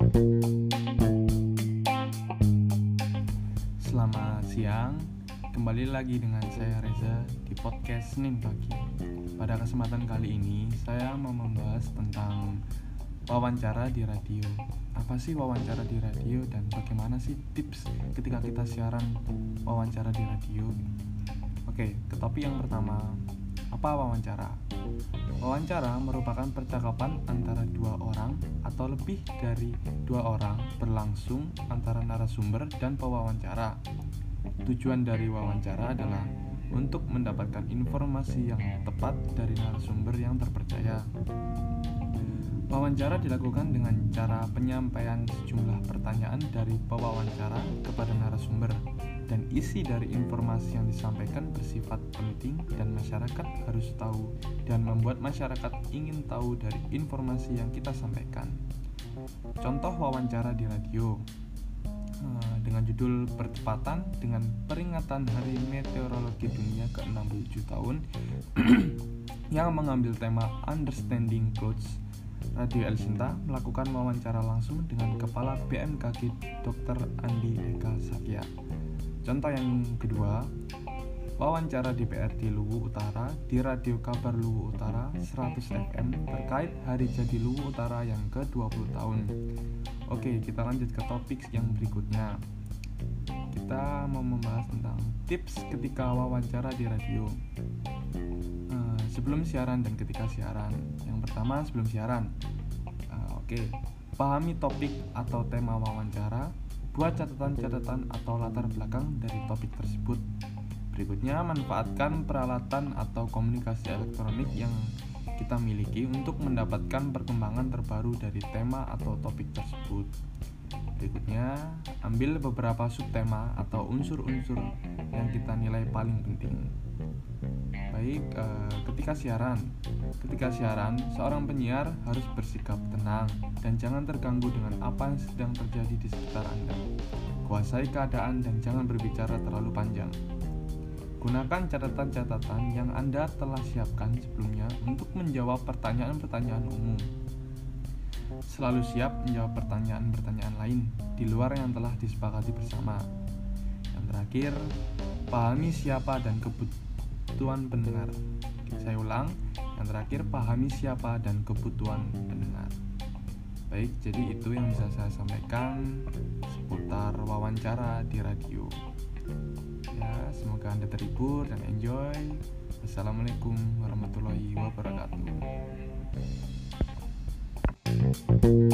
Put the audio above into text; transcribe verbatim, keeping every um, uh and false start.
Selamat siang, kembali lagi dengan saya Reza di podcast Senin Pagi. Pada kesempatan kali ini, saya mau membahas tentang wawancara di radio. Apa sih wawancara di radio dan bagaimana sih tips ketika kita siaran wawancara di radio? Oke, ke topik yang pertama. Apa wawancara? Wawancara merupakan percakapan antara dua orang atau lebih dari dua orang berlangsung antara narasumber dan pewawancara. Tujuan dari wawancara adalah untuk mendapatkan informasi yang tepat dari narasumber yang terpercaya. Wawancara dilakukan dengan cara penyampaian sejumlah pertanyaan dari pewawancara kepada narasumber, dan isi dari informasi yang disampaikan bersifat penting dan masyarakat harus tahu dan membuat masyarakat ingin tahu dari informasi yang kita sampaikan. Contoh wawancara di radio dengan judul bertepatan dengan peringatan Hari Meteorologi Dunia ke enam puluh tujuh tahun yang mengambil tema Understanding Clouds. Radio El Sinta melakukan wawancara langsung dengan Kepala B M K G Dokter Andi Eka Satya. Contoh yang kedua, wawancara di P R D Luwu Utara di Radio Kabar Luwu Utara seratus F M terkait Hari Jadi Luwu Utara yang ke dua puluh tahun. Oke, kita lanjut ke topik yang berikutnya. Kita mau membahas tentang tips ketika wawancara di radio. Uh, sebelum siaran dan ketika siaran. Yang pertama, sebelum siaran. Uh, Oke, pahami topik atau tema wawancara. Buat catatan-catatan atau latar belakang dari topik tersebut. Berikutnya, manfaatkan peralatan atau komunikasi elektronik yang kita miliki untuk mendapatkan perkembangan terbaru dari tema atau topik tersebut. Berikutnya, ambil beberapa subtema atau unsur-unsur yang kita nilai paling penting. Baik, eh, ketika siaran. Ketika siaran, seorang penyiar harus bersikap tenang dan jangan terganggu dengan apa yang sedang terjadi di sekitar Anda. Kuasai keadaan dan jangan berbicara terlalu panjang. Gunakan catatan-catatan yang Anda telah siapkan sebelumnya untuk menjawab pertanyaan-pertanyaan umum. Selalu siap menjawab pertanyaan-pertanyaan lain di luar yang telah disepakati bersama. Yang terakhir, pahami siapa dan kebutuhan pendengar. Saya ulang, yang terakhir pahami siapa dan kebutuhan pendengar. Baik, jadi itu yang bisa saya sampaikan seputar wawancara di radio. Ya, semoga Anda terhibur dan enjoy. Wassalamualaikum warahmatullahi wabarakatuh.